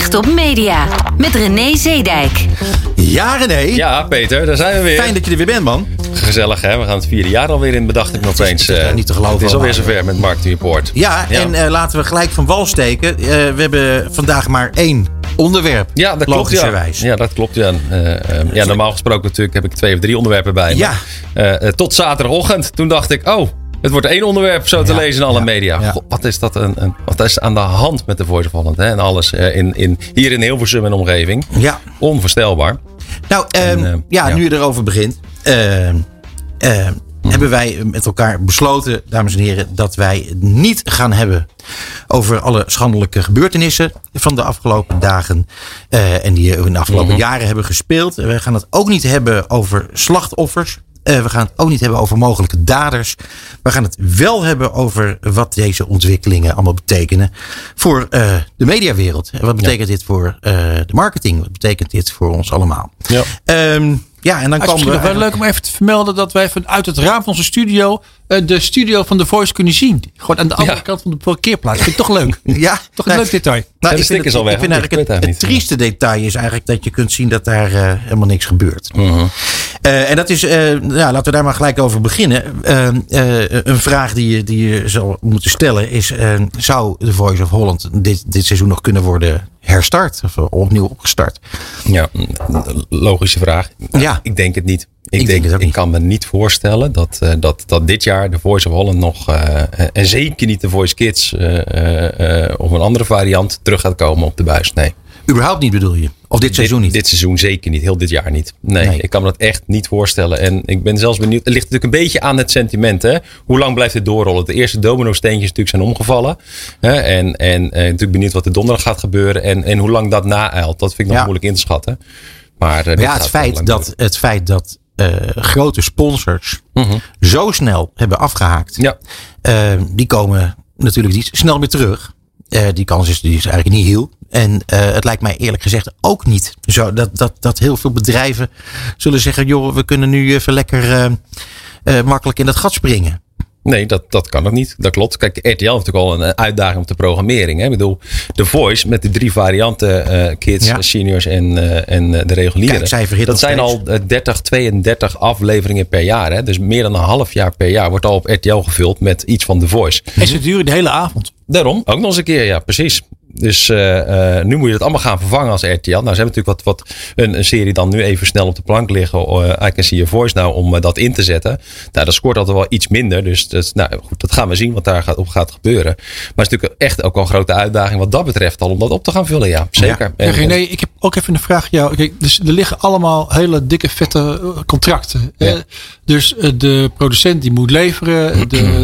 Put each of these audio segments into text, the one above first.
Zicht op Media met René Zeedijk. Ja, René. Ja, Peter, daar zijn we weer. Fijn dat je er weer bent, man. Gezellig, hè? We gaan het 4e jaar alweer in, bedacht ik nog eens. Niet te geloven. Het is alweer zover met Marketing Report. Ja. En laten we gelijk van wal steken. We hebben vandaag maar 1 onderwerp. Ja, dat klopt. Logischerwijs. Ja, dat klopt. Ja, normaal gesproken natuurlijk heb ik 2 of 3 onderwerpen bij me. Ja. Tot zaterdagochtend. Toen dacht ik, het wordt 1 onderwerp zo te lezen in alle media. Ja. God, wat is aan de hand met de Voice of Holland? Hè? En alles hier in Hilversum en omgeving. Ja. Onvoorstelbaar. Nou, nu je erover begint. Hebben wij met elkaar besloten, dames en heren, dat wij het niet gaan hebben over alle schandelijke gebeurtenissen van de afgelopen dagen. En die in de afgelopen jaren hebben gespeeld. We gaan het ook niet hebben over slachtoffers. We gaan het ook niet hebben over mogelijke daders. We gaan het wel hebben over wat deze ontwikkelingen allemaal betekenen voor de mediawereld. Wat betekent dit voor de marketing? Wat betekent dit voor ons allemaal? Ja. En dan komen we. Het is wel leuk om even te vermelden dat wij vanuit het raam van onze studio de studio van The Voice kunnen zien. Gewoon aan de andere kant van de parkeerplaats. Vind ik toch leuk? Ja. Toch een leuk detail. Nou, ik vind eigenlijk het trieste detail is eigenlijk dat je kunt zien dat daar helemaal niks gebeurt. En dat is, laten we daar maar gelijk over beginnen. Een vraag die je zal moeten stellen is, zou The Voice of Holland dit seizoen nog kunnen worden herstart? Of opnieuw opgestart? Ja, logische vraag. Ja. Ik denk het niet. Ik kan me niet voorstellen dat dit jaar de Voice of Holland nog, en zeker niet de Voice Kids of een andere variant, terug gaat komen op de buis. Nee. Überhaupt niet, bedoel je? Of dit seizoen niet? Dit seizoen zeker niet. Heel dit jaar niet. Nee, ik kan me dat echt niet voorstellen. En ik ben zelfs benieuwd. Het ligt natuurlijk een beetje aan het sentiment. Hè? Hoe lang blijft dit doorrollen? De eerste domino-steentjes natuurlijk zijn omgevallen. Hè? En natuurlijk benieuwd wat er donderdag gaat gebeuren. En hoe lang dat naeilt. Dat vind ik nog moeilijk in te schatten. Maar het feit dat grote sponsors zo snel hebben afgehaakt. Ja. Die komen natuurlijk niet snel meer terug. Die kans is eigenlijk niet heel. En het lijkt mij eerlijk gezegd ook niet zo dat heel veel bedrijven zullen zeggen, joh, we kunnen nu even lekker makkelijk in dat gat springen. Nee, dat kan ook niet. Dat klopt. Kijk, RTL heeft natuurlijk al een uitdaging op de programmering. Hè? Ik bedoel, The Voice met de 3 varianten, kids, seniors en de reguliere. Dat zijn al 32 afleveringen per jaar. Hè? Dus meer dan een half jaar per jaar wordt al op RTL gevuld met iets van The Voice. En ze duren de hele avond. Daarom, ook nog eens een keer, ja, precies. Dus nu moet je dat allemaal gaan vervangen als RTL. Nou, ze hebben natuurlijk een serie dan nu even snel op de plank liggen. I Can See Your Voice nou, om dat in te zetten. Nou, dat scoort altijd wel iets minder. Dus dat gaan we zien wat daar gaat gebeuren. Maar het is natuurlijk echt ook al een grote uitdaging wat dat betreft al om dat op te gaan vullen. Ja, zeker. Ja. Nee, ik heb ook even een vraag aan jou. Kijk, dus er liggen allemaal hele dikke vette contracten. Ja. Dus de producent die moet leveren.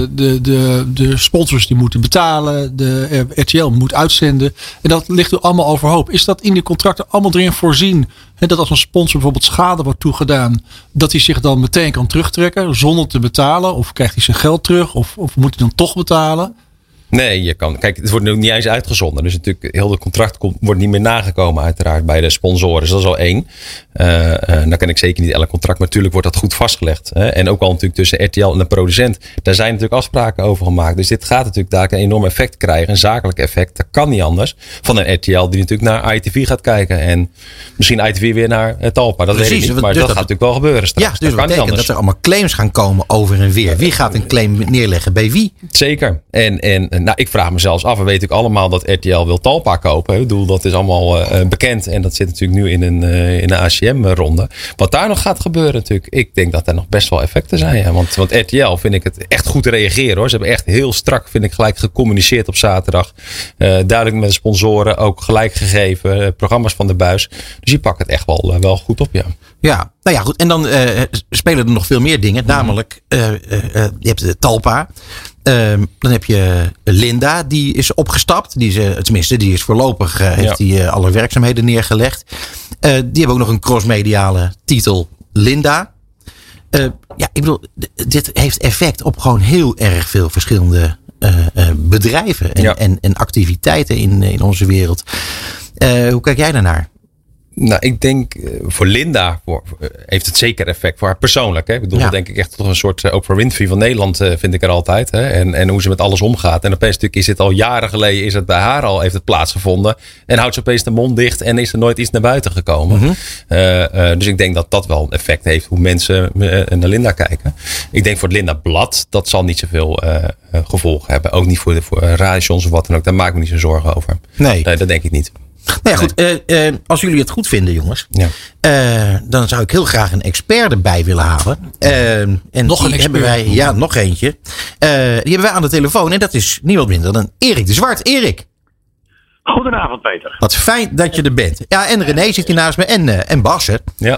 De sponsors die moeten betalen. De RTL moet uitzenden. En dat ligt er allemaal overhoop. Is dat in die contracten allemaal erin voorzien? Dat als een sponsor bijvoorbeeld schade wordt toegedaan, dat hij zich dan meteen kan terugtrekken zonder te betalen? Of krijgt hij zijn geld terug? Of moet hij dan toch betalen? Nee, kijk, het wordt nu niet eens uitgezonden. Dus natuurlijk, heel het contract wordt niet meer nagekomen uiteraard bij de sponsoren. Dus dat is al 1. Dan ken ik zeker niet elk contract. Maar natuurlijk wordt dat goed vastgelegd. Hè? En ook al natuurlijk tussen RTL en de producent. Daar zijn natuurlijk afspraken over gemaakt. Dus dit gaat natuurlijk daar een enorm effect krijgen. Een zakelijk effect. Dat kan niet anders. Van een RTL die natuurlijk naar ITV gaat kijken. En misschien ITV weer naar Talpa. Dat weet ik niet. Maar dat gaat natuurlijk wel gebeuren straks. Ja, dus dat betekent dat er allemaal claims gaan komen over en weer. Wie gaat een claim neerleggen bij wie? Zeker. En ik vraag me zelfs af. We weten ook allemaal dat RTL wil Talpa kopen. Ik bedoel, dat is allemaal bekend. En dat zit natuurlijk nu in een ACM-ronde. Wat daar nog gaat gebeuren natuurlijk. Ik denk dat er nog best wel effecten zijn. Ja. Want RTL vind ik het echt goed reageren hoor. Ze hebben echt heel strak, vind ik, gelijk gecommuniceerd op zaterdag. Duidelijk met de sponsoren ook gelijk gegeven. Programma's van de buis. Dus die pakken het echt wel goed op, ja. Ja, nou ja, goed. En dan spelen er nog veel meer dingen. Namelijk, je hebt de Talpa. Dan heb je Linda, die is opgestapt. Die is voorlopig heeft die alle werkzaamheden neergelegd. Die hebben ook nog een crossmediale titel, Linda. Ik bedoel, dit heeft effect op gewoon heel erg veel verschillende bedrijven en activiteiten in onze wereld. Hoe kijk jij daarnaar? Nou, ik denk voor Linda heeft het zeker effect voor haar persoonlijk. Hè? Ik bedoel, dat denk ik echt toch een soort Oprah Winfrey van Nederland vind ik er altijd. Hè? En hoe ze met alles omgaat. En opeens natuurlijk is het al jaren geleden, is het bij haar al, heeft het plaatsgevonden. En houdt ze opeens de mond dicht en is er nooit iets naar buiten gekomen. Mm-hmm. Dus ik denk dat dat wel een effect heeft hoe mensen naar Linda kijken. Ik denk voor het Linda Blad, dat zal niet zoveel gevolgen hebben. Ook niet voor radiostations of wat dan ook. Daar maak ik me niet zo zorgen over. Nee, dat denk ik niet. Nou ja, goed. Als jullie het goed vinden, jongens. Ja. Dan zou ik heel graag een expert erbij willen halen. En nog een expert. Nog eentje. Die hebben wij aan de telefoon. En dat is niemand minder dan Erik de Zwart. Erik. Goedenavond, Peter. Wat fijn dat je er bent. Ja, en René zit hier naast me. En Bas, hè? Ja.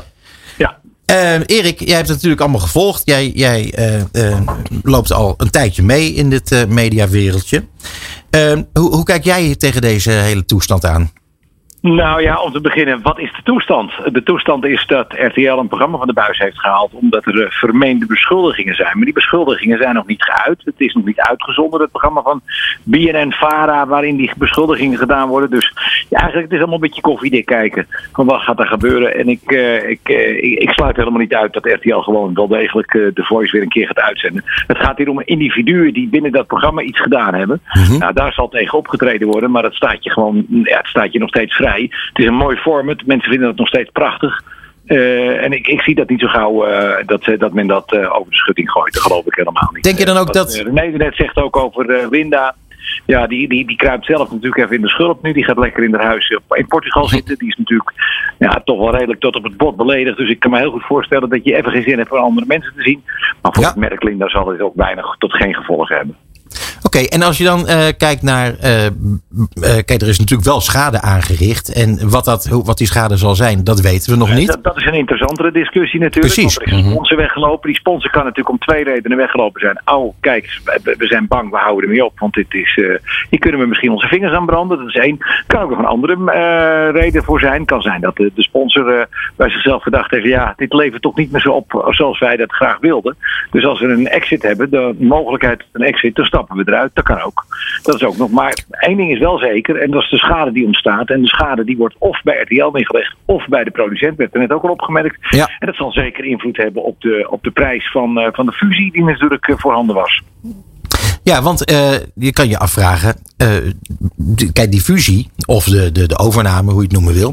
Erik, jij hebt het natuurlijk allemaal gevolgd. Jij loopt al een tijdje mee in dit mediawereldje. Hoe kijk jij tegen deze hele toestand aan? Nou ja, om te beginnen, wat is de toestand? De toestand is dat RTL een programma van de buis heeft gehaald omdat er vermeende beschuldigingen zijn. Maar die beschuldigingen zijn nog niet geuit. Het is nog niet uitgezonden, het programma van BNN-Vara, waarin die beschuldigingen gedaan worden. Dus ja, eigenlijk het is allemaal een beetje koffiedik kijken van wat gaat er gebeuren. En ik sluit helemaal niet uit dat RTL gewoon wel degelijk The Voice weer een keer gaat uitzenden. Het gaat hier om individuen die binnen dat programma iets gedaan hebben. Mm-hmm. Nou, daar zal tegen opgetreden worden, maar dat staat je gewoon, het staat je nog steeds vrij. Het is een mooi format. Mensen vinden het nog steeds prachtig. En ik zie dat niet zo gauw dat men dat over de schutting gooit. Dat geloof ik helemaal niet. Denk je dan ook dat... René net zegt ook over Linda. Ja, die kruipt zelf natuurlijk even in de schulp nu. Die gaat lekker in haar huis in Portugal zitten. Die is natuurlijk toch wel redelijk tot op het bot beledigd. Dus ik kan me heel goed voorstellen dat je even geen zin hebt voor andere mensen te zien. Maar voor het merk Linda zal het ook weinig tot geen gevolgen hebben. Oké, en als je dan kijkt naar... Kijk, er is natuurlijk wel schade aangericht. En wat die schade zal zijn, dat weten we nog niet. Dat is een interessantere discussie natuurlijk. Precies. Want er is een sponsor weggelopen. Die sponsor kan natuurlijk om 2 redenen weggelopen zijn. Kijk, we zijn bang, we houden ermee op. Want dit is, hier kunnen we misschien onze vingers aan branden. Dat is 1. Kan ook nog een andere reden voor zijn. Kan zijn dat de sponsor bij zichzelf gedacht heeft... ja, dit levert toch niet meer zo op zoals wij dat graag wilden. Dus als we een exit hebben, de mogelijkheid tot een exit... dan stappen we eruit. Dat kan ook. Dat is ook nog. Maar 1 ding is wel zeker. En dat is de schade die ontstaat. En de schade die wordt of bij RTL neergelegd. Of bij de producent. Werd er net ook al opgemerkt. Ja. En dat zal zeker invloed hebben op de prijs van de fusie. Die natuurlijk voorhanden was. Ja, want je kan je afvragen. Kijk, die fusie. Of de overname, hoe je het noemen wil.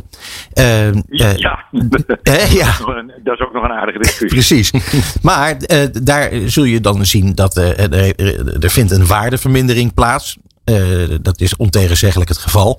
Dat is ook nog een aardige discussie. Precies. Maar daar zul je dan zien dat er vindt een waardevermindering plaats. Dat is ontegenzeggelijk het geval.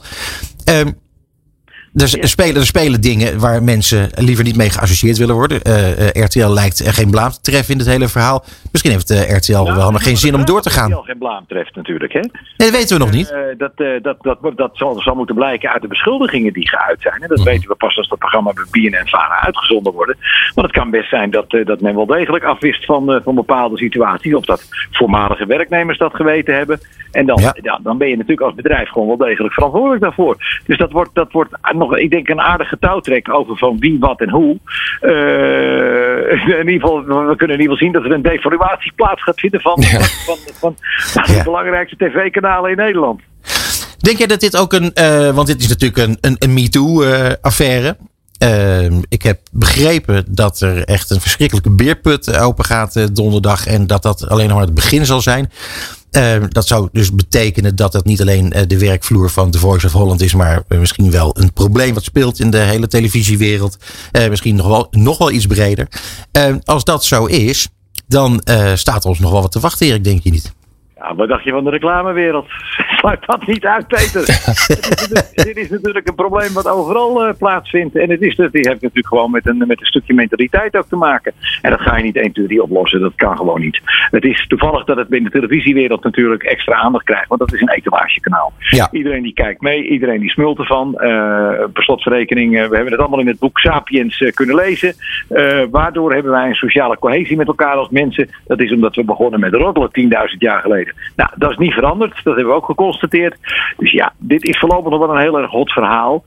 Er spelen dingen waar mensen liever niet mee geassocieerd willen worden. RTL lijkt er geen blaam te treffen in het hele verhaal. Misschien heeft RTL wel helemaal geen zin om door te gaan. RTL geen blaam treft natuurlijk, hè? Nee, dat weten we nog niet. Dat zal moeten blijken uit de beschuldigingen die geuit zijn. En dat weten we pas als dat programma bij BNN-Vara uitgezonden worden. Want het kan best zijn dat men wel degelijk afwist van bepaalde situaties. Of dat voormalige werknemers dat geweten hebben. En dan ben je natuurlijk als bedrijf gewoon wel degelijk verantwoordelijk daarvoor. Dus dat wordt nog, ik denk, een aardige touwtrek over van wie, wat en hoe. In ieder geval, we kunnen in ieder geval zien dat er een devaluatie plaats gaat vinden van de belangrijkste tv-kanalen in Nederland. Denk jij dat dit ook want dit is natuurlijk een MeToo-affaire. Ik heb begrepen dat er echt een verschrikkelijke beerput open gaat donderdag. En dat alleen nog maar het begin zal zijn. Dat zou dus betekenen dat het niet alleen de werkvloer van The Voice of Holland is, maar misschien wel een probleem wat speelt in de hele televisiewereld. Misschien nog wel iets breder. Als dat zo is, dan staat ons nog wel wat te wachten, Erik, denk je niet? Ja, wat dacht je van de reclamewereld? Sluit dat niet uit, Peter. Dit is natuurlijk een probleem wat overal plaatsvindt. En die heeft natuurlijk gewoon met een stukje mentaliteit ook te maken. En dat ga je niet 1, 2, 3 oplossen. Dat kan gewoon niet. Het is toevallig dat het in de televisiewereld natuurlijk extra aandacht krijgt. Want dat is een etalagekanaal. Ja. Iedereen die kijkt mee. Iedereen die smult ervan. Per slotverrekening, we hebben het allemaal in het boek Sapiens kunnen lezen. Waardoor hebben wij een sociale cohesie met elkaar als mensen. Dat is omdat we begonnen met roddelen 10.000 jaar geleden. Nou, dat is niet veranderd. Dat hebben we ook geconstateerd. Dus ja, dit is voorlopig nog wel een heel erg hot verhaal.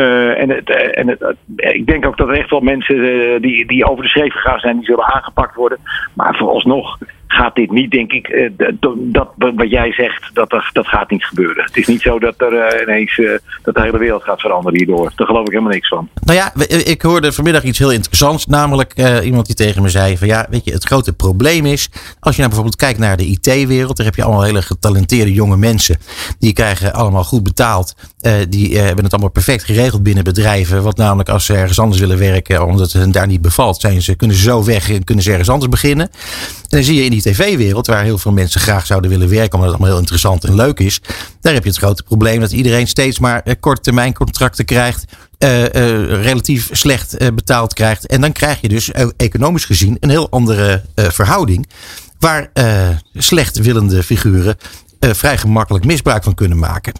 Ik denk ook dat er echt wel mensen die over de schreef gegaan zijn, die zullen aangepakt worden. Maar vooralsnog gaat dit niet, denk ik, dat wat jij zegt, dat gaat niet gebeuren. Het is niet zo dat er ineens dat de hele wereld gaat veranderen hierdoor. Daar geloof ik helemaal niks van. Nou ja, ik hoorde vanmiddag iets heel interessants. Namelijk iemand die tegen me zei van ja, weet je, het grote probleem is, als je nou bijvoorbeeld kijkt naar de IT-wereld, daar heb je allemaal hele getalenteerde jonge mensen. Die krijgen allemaal goed betaald. Die hebben het allemaal perfect geregeld binnen bedrijven. Wat namelijk als ze ergens anders willen werken, omdat het hen daar niet bevalt, kunnen ze zo weg en kunnen ze ergens anders beginnen. En dan zie je in die tv-wereld, waar heel veel mensen graag zouden willen werken, omdat het allemaal heel interessant en leuk is. Daar heb je het grote probleem dat iedereen steeds maar korttermijncontracten krijgt. Relatief slecht betaald krijgt. En dan krijg je dus economisch gezien een heel andere verhouding. Waar slecht willende figuren vrij gemakkelijk misbruik van kunnen maken.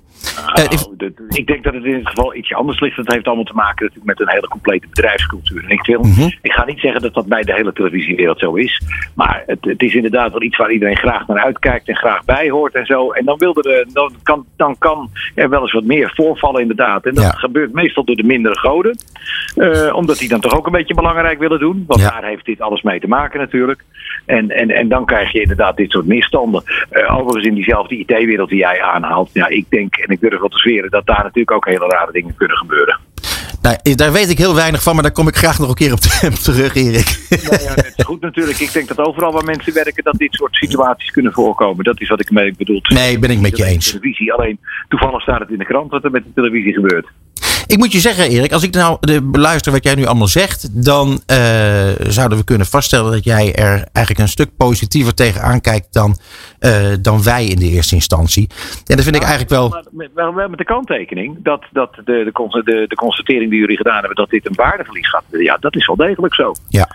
Ik denk dat het in dit geval ietsje anders ligt. Dat heeft allemaal te maken natuurlijk met een hele complete bedrijfscultuur. En ik ga niet zeggen dat dat bij de hele televisiewereld zo is. Maar het is inderdaad wel iets waar iedereen graag naar uitkijkt en graag bij hoort en zo. En dan kan er wel eens wat meer voorvallen inderdaad. En dat gebeurt meestal door de mindere goden. Omdat die dan toch ook een beetje belangrijk willen doen. Want daar heeft dit alles mee te maken natuurlijk. En dan krijg je inderdaad dit soort misstanden. Overigens in diezelfde IT-wereld die jij aanhaalt. Ja, ik denk en ik durf wel te zweren dat daar natuurlijk ook hele rare dingen kunnen gebeuren. Nou, daar weet ik heel weinig van, maar daar kom ik graag nog een keer op terug, Erik. Ja, net zo goed natuurlijk. Ik denk dat overal waar mensen werken dat dit soort situaties kunnen voorkomen. Dat is wat ik mee bedoel. Nee, ben ik met je eens. Televisie. Alleen toevallig staat het in de krant wat er met de televisie gebeurt. Ik moet je zeggen, Erik, als ik nou beluister wat jij nu allemaal zegt, dan zouden we kunnen vaststellen dat jij er eigenlijk een stuk positiever tegenaan kijkt dan wij in de eerste instantie. En dat vind ik eigenlijk wel met de kanttekening dat de constatering die jullie gedaan hebben dat dit een waardeverlies gaat. Ja, dat is wel degelijk zo. Ja.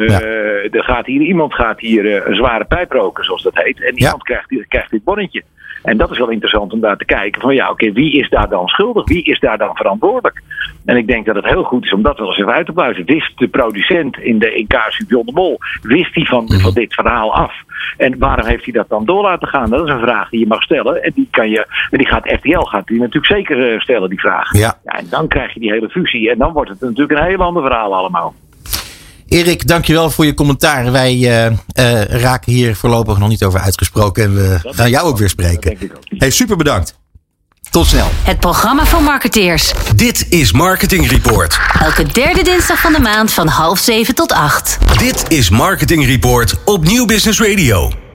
Iemand gaat hier een zware pijp roken, zoals dat heet. En iemand krijgt dit bonnetje. En dat is wel interessant om daar te kijken van wie is daar dan schuldig? Wie is daar dan verantwoordelijk? En ik denk dat het heel goed is om dat wel eens even uit te pluizen. Wist de producent in casu John de Mol, wist hij van dit verhaal af? En waarom heeft hij dat dan door laten gaan? Dat is een vraag die je mag stellen. En die gaat RTL natuurlijk zeker stellen, die vraag. Ja. En dan krijg je die hele fusie. En dan wordt het natuurlijk een heel ander verhaal allemaal. Erik, dankjewel voor je commentaar. Wij raken hier voorlopig nog niet over uitgesproken. En we gaan jou ook weer spreken. Hey, super bedankt. Tot snel. Het programma van marketeers. Dit is Marketing Report. Elke derde dinsdag van de maand van 6:30 tot 8:30. Dit is Marketing Report op Nieuw Business Radio.